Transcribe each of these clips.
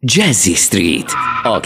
Jazzy Street, a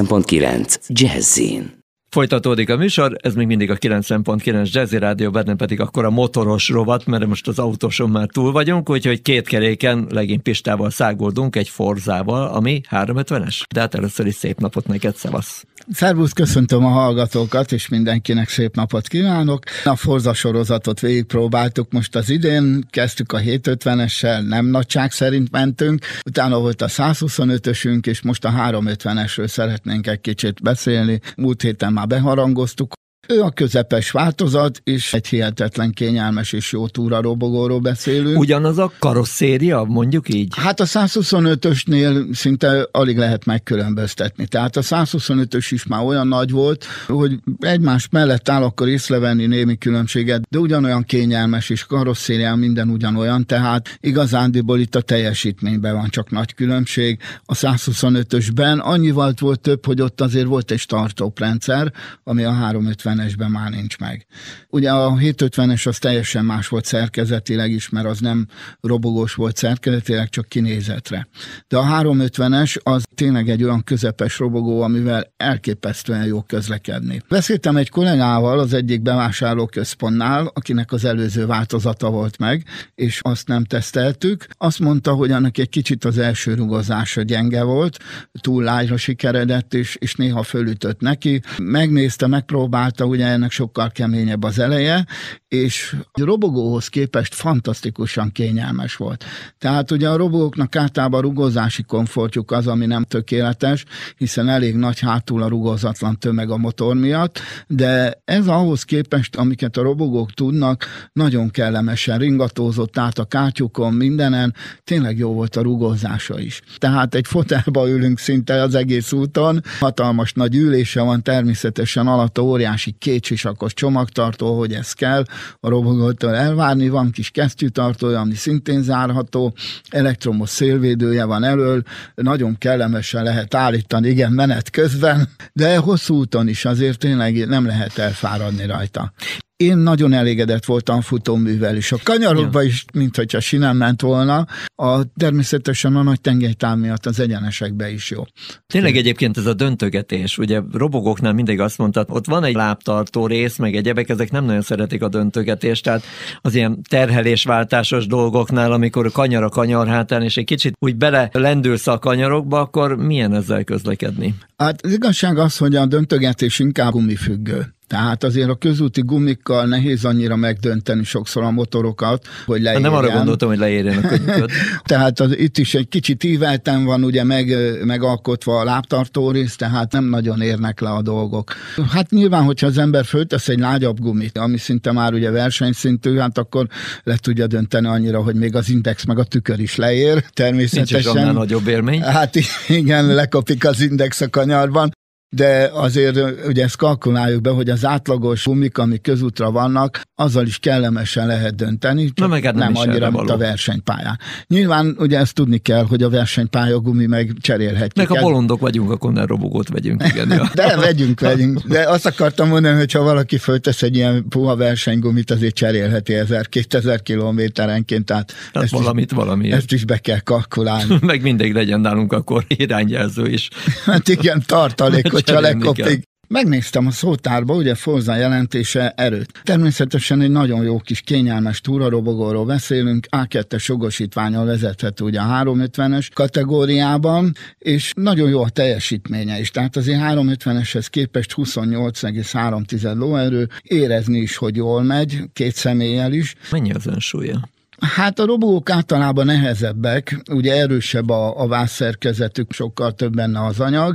90.9 Jazzin. Folytatódik a műsor, ez még mindig a 90.9 Jazzy Rádió, bennem pedig akkor a motoros rovat, mert most az autóson már túl vagyunk, úgyhogy két keréken legény Pistával száguldunk egy Forzával, ami 350-es. De hát először is szép napot neked, szevasz! Szervusz, köszöntöm a hallgatókat, és mindenkinek szép napot kívánok. A Forza sorozatot végigpróbáltuk most az idén, kezdtük a 750-essel, nem nagyság szerint mentünk, utána volt a 125-ösünk, és most a 350-esről szeretnénk egy kicsit beszélni. Múlt héten már beharangoztuk. Ő a közepes változat, és egy hihetetlen kényelmes és jó túrarobogóról beszélünk. Ugyanaz a karosszéria, mondjuk így? Hát a 125-ösnél szinte alig lehet megkülönböztetni. Tehát a 125-ös is már olyan nagy volt, hogy egymás mellett áll, akkor észrevenni némi különbséget, de ugyanolyan kényelmes, és karosszérián minden ugyanolyan, tehát igazándiból itt a teljesítményben van csak nagy különbség. A 125-ösben annyival volt több, hogy ott azért volt egy startoprendszer, ami a 350-esben már nincs meg. Ugye a 750-es az teljesen más volt szerkezetileg is, mert az nem robogós volt szerkezetileg, csak kinézetre. De a 350-es az tényleg egy olyan közepes robogó, amivel elképesztően jó közlekedni. Beszéltem egy kollégával az egyik bevásárlóközpontnál, akinek az előző változata volt meg, és azt nem teszteltük. Azt mondta, hogy annak egy kicsit az első rugozása gyenge volt, túl lágyra sikeredett, és néha fölütött neki. Megnézte, megpróbálta, ugye ennek sokkal keményebb az eleje, és a robogóhoz képest fantasztikusan kényelmes volt. Tehát ugye a robogóknak általában a rugozási komfortjuk az, ami nem tökéletes, hiszen elég nagy hátul a rugózatlan tömeg a motor miatt, de ez ahhoz képest, amiket a robogók tudnak, nagyon kellemesen ringatózott át a kátyukon, mindenen, tényleg jó volt a rugózása is. Tehát egy fotelba ülünk szinte az egész úton, hatalmas nagy ülése van, természetesen alatt óriási kétsisakos csomagtartó, hogy ez kell, a robogótól elvárni, van kis kesztyűtartója, ami szintén zárható, elektromos szélvédője van elől, nagyon kellemesen lehet állítani, igen, menet közben, de hosszú úton is azért tényleg nem lehet elfáradni rajta. Én nagyon elégedett voltam futóművel is. A kanyarokban is, minthogyha sinem ment volna, természetesen a nagy tengelytám miatt az egyenesekbe is jó. Tényleg egyébként ez a döntögetés, ugye robogóknál mindig azt mondtad, ott van egy lábtartó rész, meg egyebek, ezek nem nagyon szeretik a döntögetést, tehát az ilyen terhelésváltásos dolgoknál, amikor a kanyar a kanyar hátán, és egy kicsit úgy bele lendülsz a kanyarokba, akkor milyen ezzel közlekedni? Hát az igazság az, hogy a döntögetés inkább gumifüggő. Tehát azért a közúti gumikkal nehéz annyira megdönteni sokszor a motorokat, hogy leérjen. Nem arra gondoltam, hogy leérjen a könnyűköd. Tehát itt is egy kicsit ívelten van ugye megalkotva a lábtartó rész, tehát nem nagyon érnek le a dolgok. Hát nyilván, hogyha az ember föltesz egy lágyabb gumit, ami szinte már ugye versenyszintű, hát akkor le tudja dönteni annyira, hogy még az index meg a tükör is leér. Természetesen. Nincs is annál nagyobb élmény. Hát igen, lekopik az index a kanyarban. De azért ugye ezt kalkuláljuk be, hogy az átlagos gumik, amik közútra vannak, azzal is kellemesen lehet dönteni, csak nem annyira, mint a versenypályán. Nyilván ugye ezt tudni kell, hogy a versenypálya gumi meg cserélhetjük. Meg a bolondok vagyunk, akkor nem robogót vegyünk. Igen, de vegyünk. De azt akartam mondani, hogy ha valaki föltesz egy ilyen puha versenygumit, azért cserélheti 1000-2000 kilométerenként. Tehát ezt is be kell kalkulálni. Meg mindig legyen nálunk akkor irányjelző is. Hát igen, tartalék, hogyha lekopik. Megnéztem a szótárba, ugye Forza jelentése erőt. Természetesen egy nagyon jó kis kényelmes túrarobogóról beszélünk, A2-es jogosítvánnyal vezethető ugye a 350-es kategóriában, és nagyon jó a teljesítménye is. Tehát azért 350-eshez képest 28,3 lóerő, érezni is, hogy jól megy, két személlyel is. Mennyi az önsúlya? Hát a robogók általában nehezebbek, ugye erősebb a vászszerkezetük, sokkal több benne az anyag,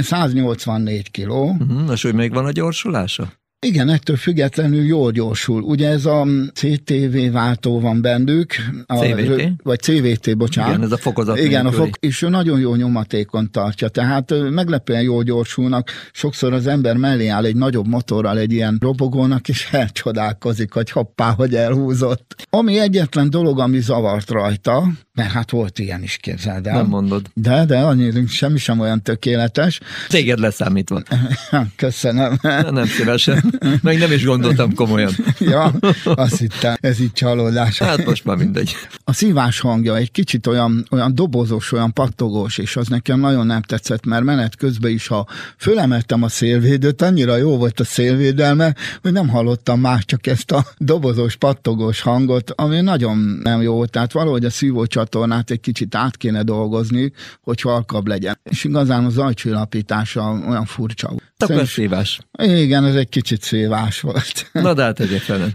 184 kiló. És hogy még van a gyorsulása? Igen, ettől függetlenül jól gyorsul. Ugye ez a CTV váltó van bennük. CVT? Vagy CVT, bocsánat. Igen, ez a fokozat. Igen, és ő nagyon jó nyomatékon tartja. Tehát meglepően jól gyorsulnak. Sokszor az ember mellé áll egy nagyobb motorral egy ilyen robogónak, és elcsodálkozik, hogy hoppá, hogy elhúzott. Ami egyetlen dolog, ami zavart rajta, mert hát volt ilyen is, képzeld el. Nem mondod. De annyira semmi sem olyan tökéletes. Téged leszámítva. Köszönöm. Nem szívesen. Meg nem is gondoltam komolyan. Ja, azt hittem, ez így csalódás. Hát most már mindegy. A szívás hangja egy kicsit olyan dobozos, olyan pattogós, és az nekem nagyon nem tetszett, mert menet közben is, ha fölemeltem a szélvédőt, annyira jó volt a szélvédelme, hogy nem hallottam más, csak ezt a dobozos, pattogós hangot, ami nagyon nem jó, tehát valahogy a szívócsatornát egy kicsit át kéne dolgozni, hogy halkabb legyen. És igazán a zajcsillapítása olyan furcsa volt. Akkor szívás. Igen, ez egy kicsit szívás volt. Na de hát egyek fele.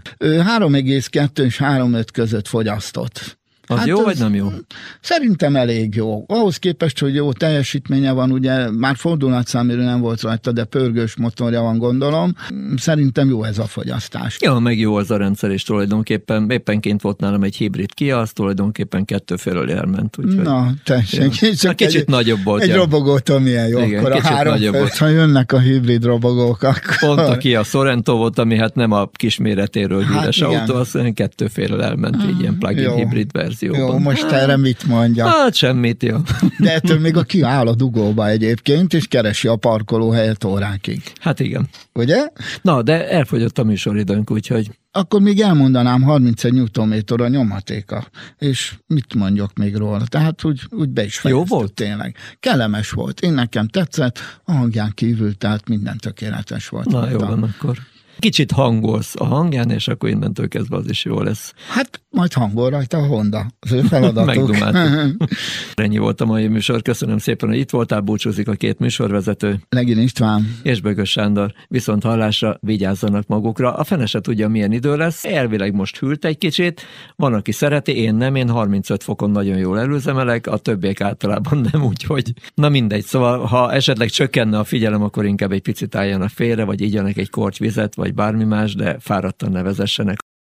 3,2 és 3,5 között fogyasztott. Az jó, vagy nem jó? Szerintem elég jó. Ahhoz képest, hogy jó teljesítménye van, ugye már fordulatszámérő nem volt rajta, de pörgős motorja van, gondolom. Szerintem jó ez a fogyasztás. Ja, meg jó az a rendszer, és tulajdonképpen éppenként volt nálam egy hibrid Kia, az tulajdonképpen 2 felől elment. Úgyhogy... Na, tessék. Ja. Kicsit nagyobb volt. Egy robogótól milyen jó, igen, akkor a 3 volt. Ha jönnek a hibrid robogók, akkor... Pont a Kia Sorento volt, ami hát nem a kisméretéről híres autó, azt 2 felől elment, így ilyen plug-in hibrid verzióban. Jó, most erre mit mondja? Hát semmit, jó. De ettől még a Kia áll a dugóba egyébként, és keresi a parkolóhelyet órákig. Hát igen. Ugye? Na, de elfogyott a műsoridőnk, úgyhogy... Akkor még elmondanám 31 Nm a nyomatéka, és mit mondjak még róla? Tehát úgy be is fejeztük. Jó volt? Tényleg. Kellemes volt. Én nekem tetszett, a hangján kívül, tehát minden tökéletes volt. Na, jó van akkor. Kicsit hangolsz a hangján, és akkor innentől kezdve az is jó lesz. Hát majd hangol rajta a Honda. Az ő feladatuk. Megdumáltuk. Ennyi volt a mai műsor. Köszönöm szépen, hogy itt voltál. Búcsúzik a 2 műsorvezető. Legyen István. És Bögös Sándor. Viszont hallásra, vigyázzanak magukra. A fene se tudja, milyen idő lesz. Elvileg most hűlt egy kicsit. Van, aki szereti, én nem. Én 35 fokon nagyon jól előzemelek, a többiek általában nem, úgyhogy na mindegy. Szóval, ha esetleg csökkenne a figyelem, akkor inkább egy picit álljanak félre, vagy igyanak egy korty vizet, vagy bármi más, de fáradtan ne vezessenek.